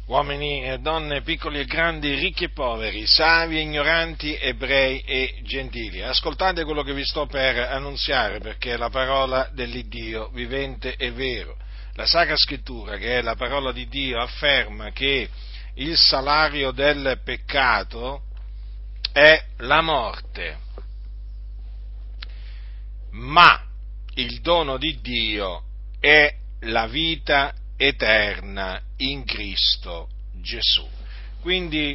uomini e donne, piccoli e grandi, ricchi e poveri, savi e ignoranti, ebrei e gentili. Ascoltate quello che vi sto per annunziare, perché è la parola dell'Iddio vivente e vero. La Sacra Scrittura, che è la parola di Dio, afferma che il salario del peccato è la morte, ma il dono di Dio è la vita eterna in Cristo Gesù. Quindi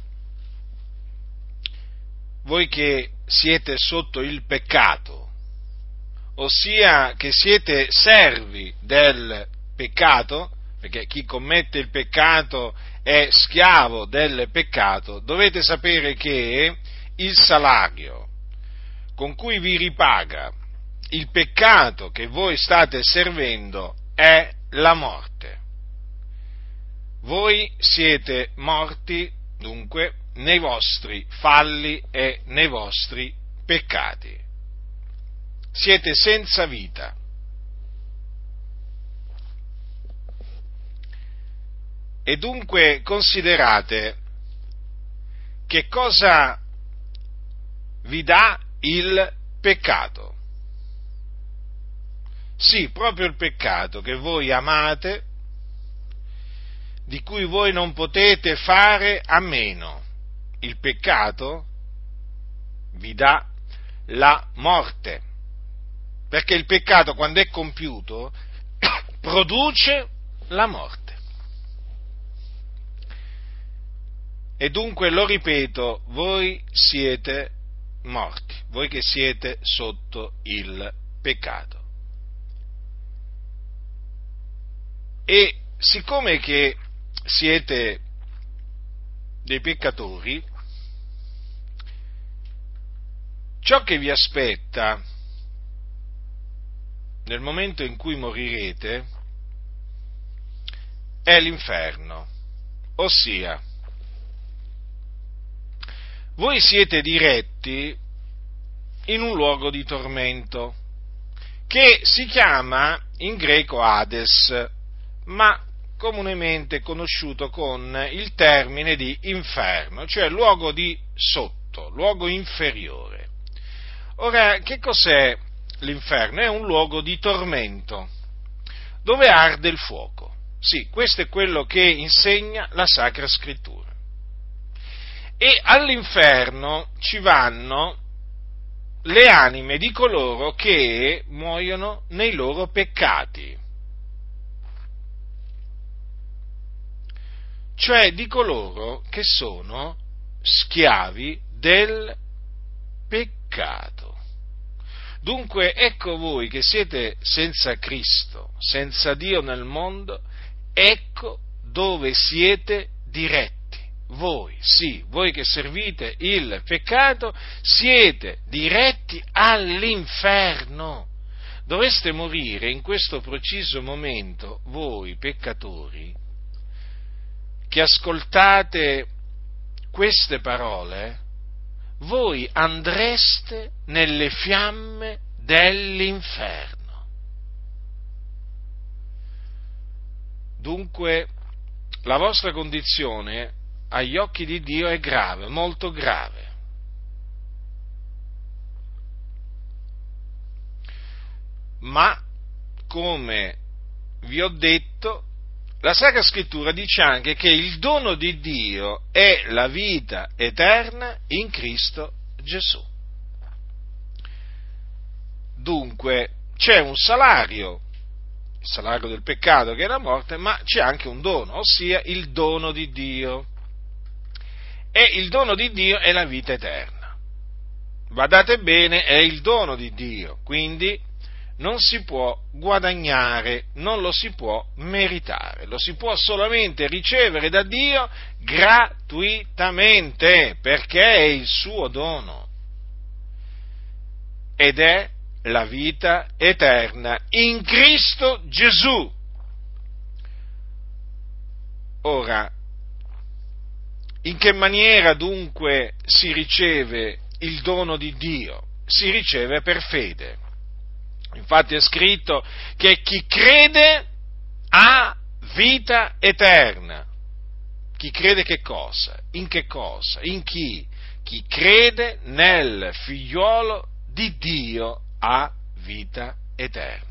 voi che siete sotto il peccato, ossia che siete servi del peccato, perché chi commette il peccato è schiavo del peccato, dovete sapere che il salario con cui vi ripaga il peccato che voi state servendo è la morte. Voi siete morti, dunque, nei vostri falli e nei vostri peccati. Siete senza vita. E dunque considerate che cosa vi dà il peccato. Sì, proprio il peccato che voi amate, di cui voi non potete fare a meno. Il peccato vi dà la morte, perché il peccato, quando è compiuto, produce la morte. E dunque, lo ripeto, voi siete morti, voi che siete sotto il peccato. E siccome che siete dei peccatori, ciò che vi aspetta nel momento in cui morirete è l'inferno, ossia voi siete diretti in un luogo di tormento che si chiama in greco Hades, ma comunemente conosciuto con il termine di inferno, cioè luogo di sotto, luogo inferiore. Ora, che cos'è l'inferno? È un luogo di tormento, dove arde il fuoco. Sì, questo è quello che insegna la Sacra Scrittura. E all'inferno ci vanno le anime di coloro che muoiono nei loro peccati, cioè di coloro che sono schiavi del peccato. Dunque, ecco voi che siete senza Cristo, senza Dio nel mondo, ecco dove siete diretti. Voi, sì, voi che servite il peccato, siete diretti all'inferno. Dovreste morire in questo preciso momento, voi peccatori, che ascoltate queste parole, voi andreste nelle fiamme dell'inferno. Dunque, la vostra condizione agli occhi di Dio è grave, molto grave. Ma, come vi ho detto, la Sacra Scrittura dice anche che il dono di Dio è la vita eterna in Cristo Gesù. Dunque, c'è un salario, il salario del peccato che è la morte, ma c'è anche un dono, ossia il dono di Dio. E il dono di Dio è la vita eterna. Badate bene, è il dono di Dio, quindi non si può guadagnare, non lo si può meritare, lo si può solamente ricevere da Dio gratuitamente, perché è il suo dono. Ed è la vita eterna in Cristo Gesù. Ora, in che maniera dunque si riceve il dono di Dio? Si riceve per fede. Infatti è scritto che chi crede ha vita eterna. chi crede che cosa? In che cosa? In chi? Chi crede nel figliolo di Dio ha vita eterna.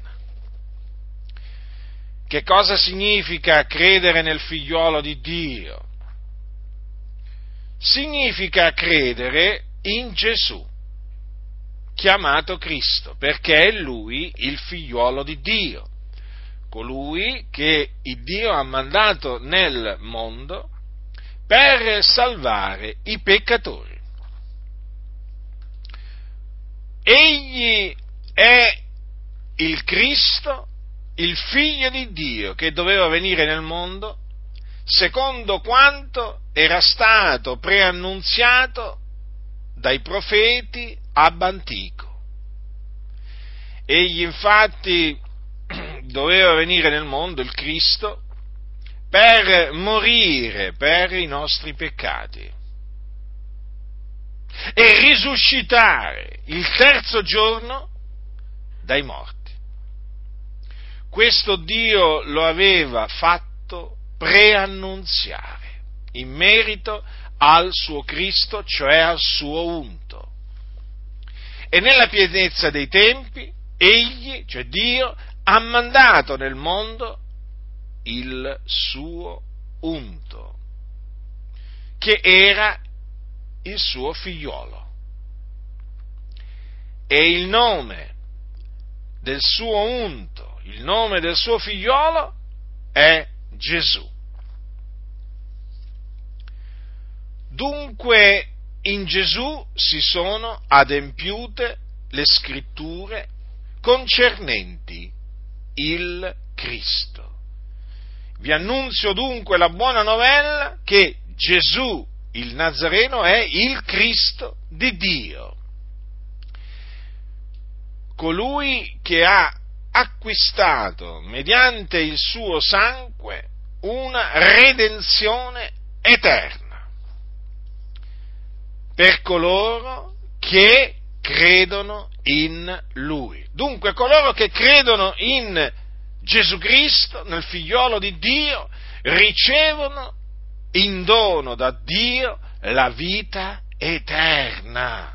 Che cosa significa credere nel figliolo di Dio? Significa credere in Gesù, chiamato Cristo, perché è Lui il figliolo di Dio, colui che il Dio ha mandato nel mondo per salvare i peccatori. Egli è il Cristo, il Figlio di Dio che doveva venire nel mondo secondo quanto era stato preannunziato dai profeti ab antico. Egli infatti doveva venire nel mondo, il Cristo, per morire per i nostri peccati e risuscitare il terzo giorno dai morti. Questo Dio lo aveva fatto preannunziare in merito al suo Cristo, cioè al suo unto. E nella pienezza dei tempi, egli, cioè Dio, ha mandato nel mondo il suo unto, che era il suo figliolo. E il nome del suo unto, il nome del suo figliolo è Gesù. Dunque in Gesù si sono adempiute le scritture concernenti il Cristo. Vi annunzio dunque la buona novella che Gesù il Nazareno è il Cristo di Dio, colui che ha acquistato mediante il suo sangue una redenzione eterna per coloro che credono in Lui. Dunque coloro che credono in Gesù Cristo, nel figliolo di Dio, ricevono in dono da Dio la vita eterna.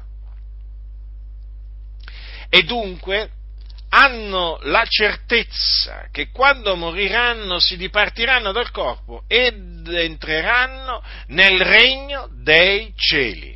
E dunque hanno la certezza che quando moriranno si dipartiranno dal corpo ed entreranno nel regno dei cieli.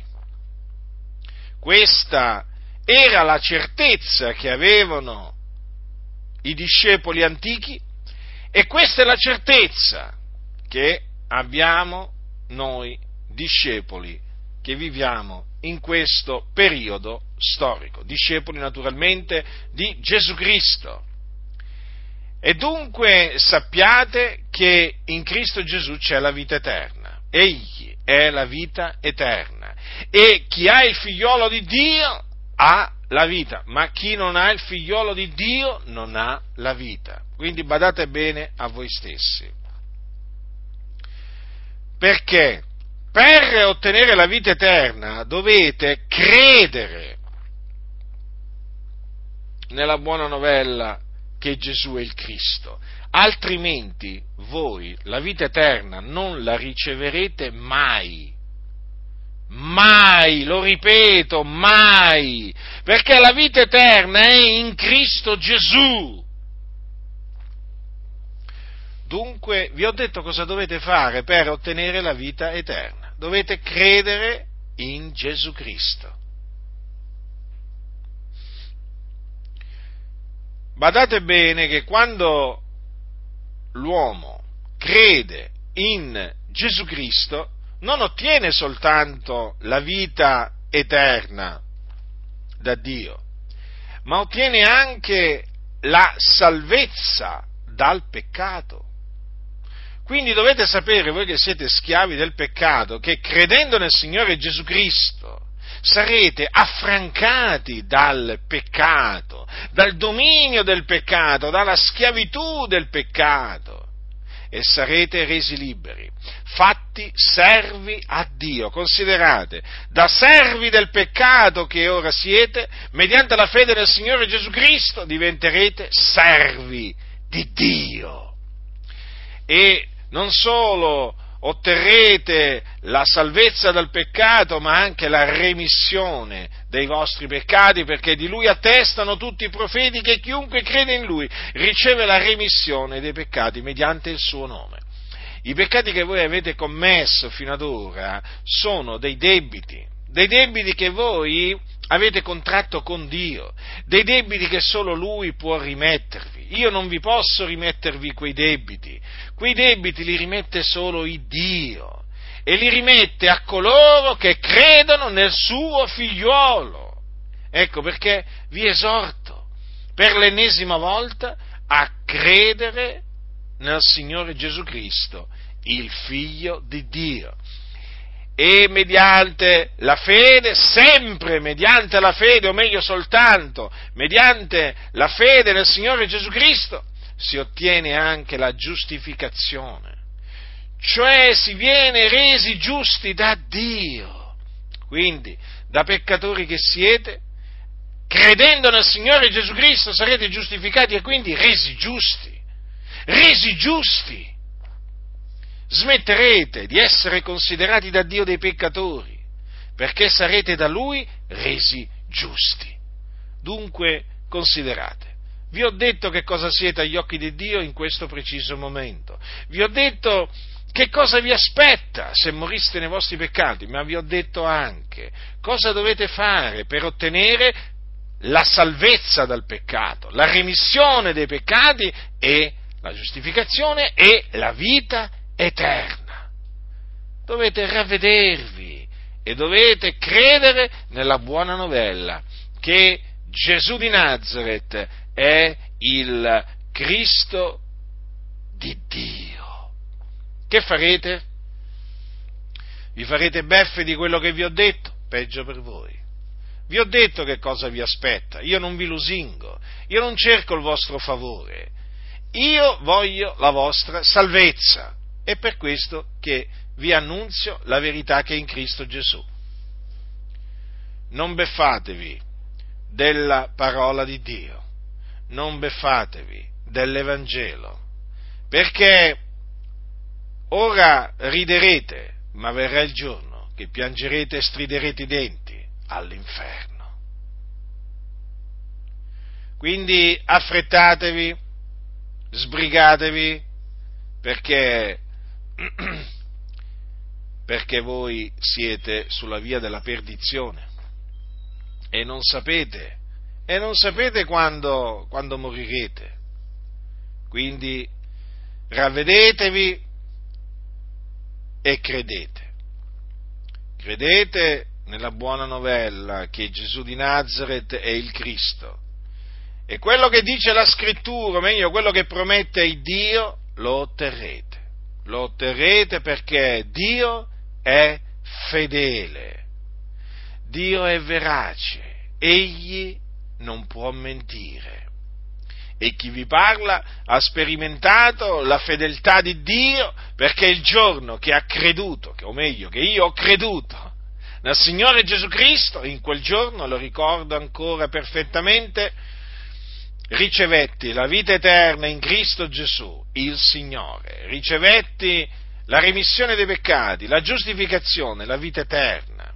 Questa era la certezza che avevano i discepoli antichi e questa è la certezza che abbiamo noi discepoli che viviamo in questo periodo storico, discepoli naturalmente di Gesù Cristo. E dunque sappiate che in Cristo Gesù c'è la vita eterna, egli è la vita eterna e chi ha il figliolo di Dio ha la vita, ma chi non ha il figliolo di Dio non ha la vita. Quindi badate bene a voi stessi. Perché per ottenere la vita eterna dovete credere nella buona novella che Gesù è il Cristo, altrimenti voi la vita eterna non la riceverete mai. Mai, lo ripeto, mai, perché la vita eterna è in Cristo Gesù. Dunque, vi ho detto cosa dovete fare per ottenere la vita eterna. Dovete credere in Gesù Cristo. Badate bene che quando l'uomo crede in Gesù Cristo, non ottiene soltanto la vita eterna da Dio, ma ottiene anche la salvezza dal peccato. Quindi dovete sapere, voi che siete schiavi del peccato, che credendo nel Signore Gesù Cristo sarete affrancati dal peccato, dal dominio del peccato, dalla schiavitù del peccato e sarete resi liberi, fatti servi a Dio. Considerate, da servi del peccato che ora siete, mediante la fede nel Signore Gesù Cristo diventerete servi di Dio. E non solo otterrete la salvezza dal peccato, ma anche la remissione dei vostri peccati, perché di Lui attestano tutti i profeti che chiunque crede in Lui riceve la remissione dei peccati mediante il suo nome. I peccati che voi avete commesso fino ad ora sono dei debiti che voi avete contratto con Dio, dei debiti che solo Lui può rimettervi. Io non vi posso rimettervi quei debiti li rimette solo il Dio, e li rimette a coloro che credono nel suo figliuolo. Ecco perché vi esorto per l'ennesima volta a credere nel Signore Gesù Cristo, il Figlio di Dio. E mediante la fede, sempre mediante la fede, o meglio soltanto mediante la fede nel Signore Gesù Cristo, si ottiene anche la giustificazione, cioè si viene resi giusti da Dio. Quindi, da peccatori che siete, credendo nel Signore Gesù Cristo sarete giustificati e quindi resi giusti. Smetterete di essere considerati da Dio dei peccatori, perché sarete da Lui resi giusti. Dunque, considerate. Vi ho detto che cosa siete agli occhi di Dio in questo preciso momento. Vi ho detto che cosa vi aspetta se moriste nei vostri peccati, ma vi ho detto anche cosa dovete fare per ottenere la salvezza dal peccato, la remissione dei peccati e la giustificazione e la vita eterna. Dovete ravvedervi e dovete credere nella buona novella che Gesù di Nazaret è il Cristo di Dio. Che farete? Vi farete beffe di quello che vi ho detto? Peggio per voi. Vi ho detto che cosa vi aspetta, io non vi lusingo, io non cerco il vostro favore, io voglio la vostra salvezza. È per questo che vi annunzio la verità che è in Cristo Gesù. Non beffatevi della parola di Dio, non beffatevi dell'Evangelo, perché ora riderete, ma verrà il giorno che piangerete e striderete i denti all'inferno. Quindi affrettatevi, sbrigatevi, perché voi siete sulla via della perdizione e non sapete quando morirete. Quindi ravvedetevi e credete nella buona novella che Gesù di Nazaret è il Cristo, e quello che dice la Scrittura, o meglio quello che promette il Dio, lo otterrete perché Dio è fedele, Dio è verace, Egli non può mentire. E chi vi parla ha sperimentato la fedeltà di Dio, perché il giorno che ha creduto, o meglio che io ho creduto nel Signore Gesù Cristo, in quel giorno, lo ricordo ancora perfettamente, ricevetti la vita eterna in Cristo Gesù, il Signore, ricevetti la remissione dei peccati, la giustificazione, la vita eterna.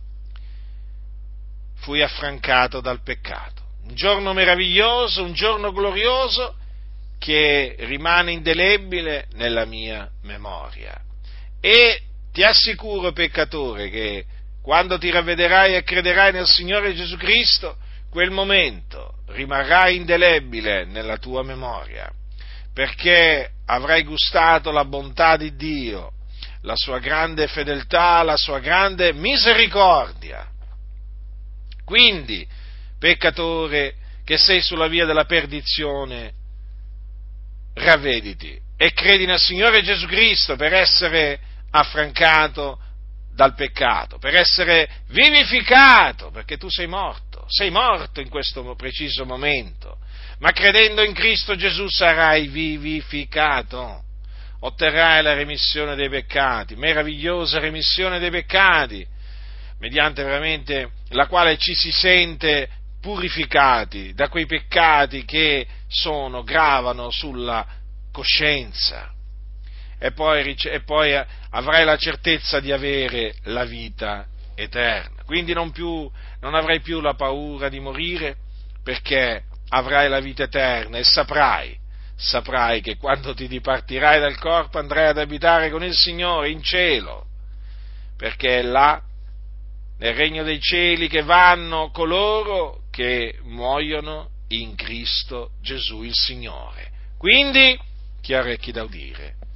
Fui affrancato dal peccato. Un giorno meraviglioso, un giorno glorioso che rimane indelebile nella mia memoria. E ti assicuro, peccatore, che quando ti ravvederai e crederai nel Signore Gesù Cristo, quel momento rimarrà indelebile nella tua memoria, perché avrai gustato la bontà di Dio, la sua grande fedeltà, la sua grande misericordia. Quindi, peccatore che sei sulla via della perdizione, ravvediti e credi nel Signore Gesù Cristo per essere affrancato dal peccato, per essere vivificato, perché tu sei morto in questo preciso momento, ma credendo in Cristo Gesù sarai vivificato, otterrai la remissione dei peccati, meravigliosa remissione dei peccati, mediante veramente la quale ci si sente purificati da quei peccati che gravano sulla coscienza. e poi avrai la certezza di avere la vita eterna. Quindi non avrai più la paura di morire, perché avrai la vita eterna e saprai che quando ti dipartirai dal corpo andrai ad abitare con il Signore in cielo, perché è là, nel regno dei cieli, che vanno coloro che muoiono in Cristo Gesù il Signore. Quindi, chi ha orecchi da udire,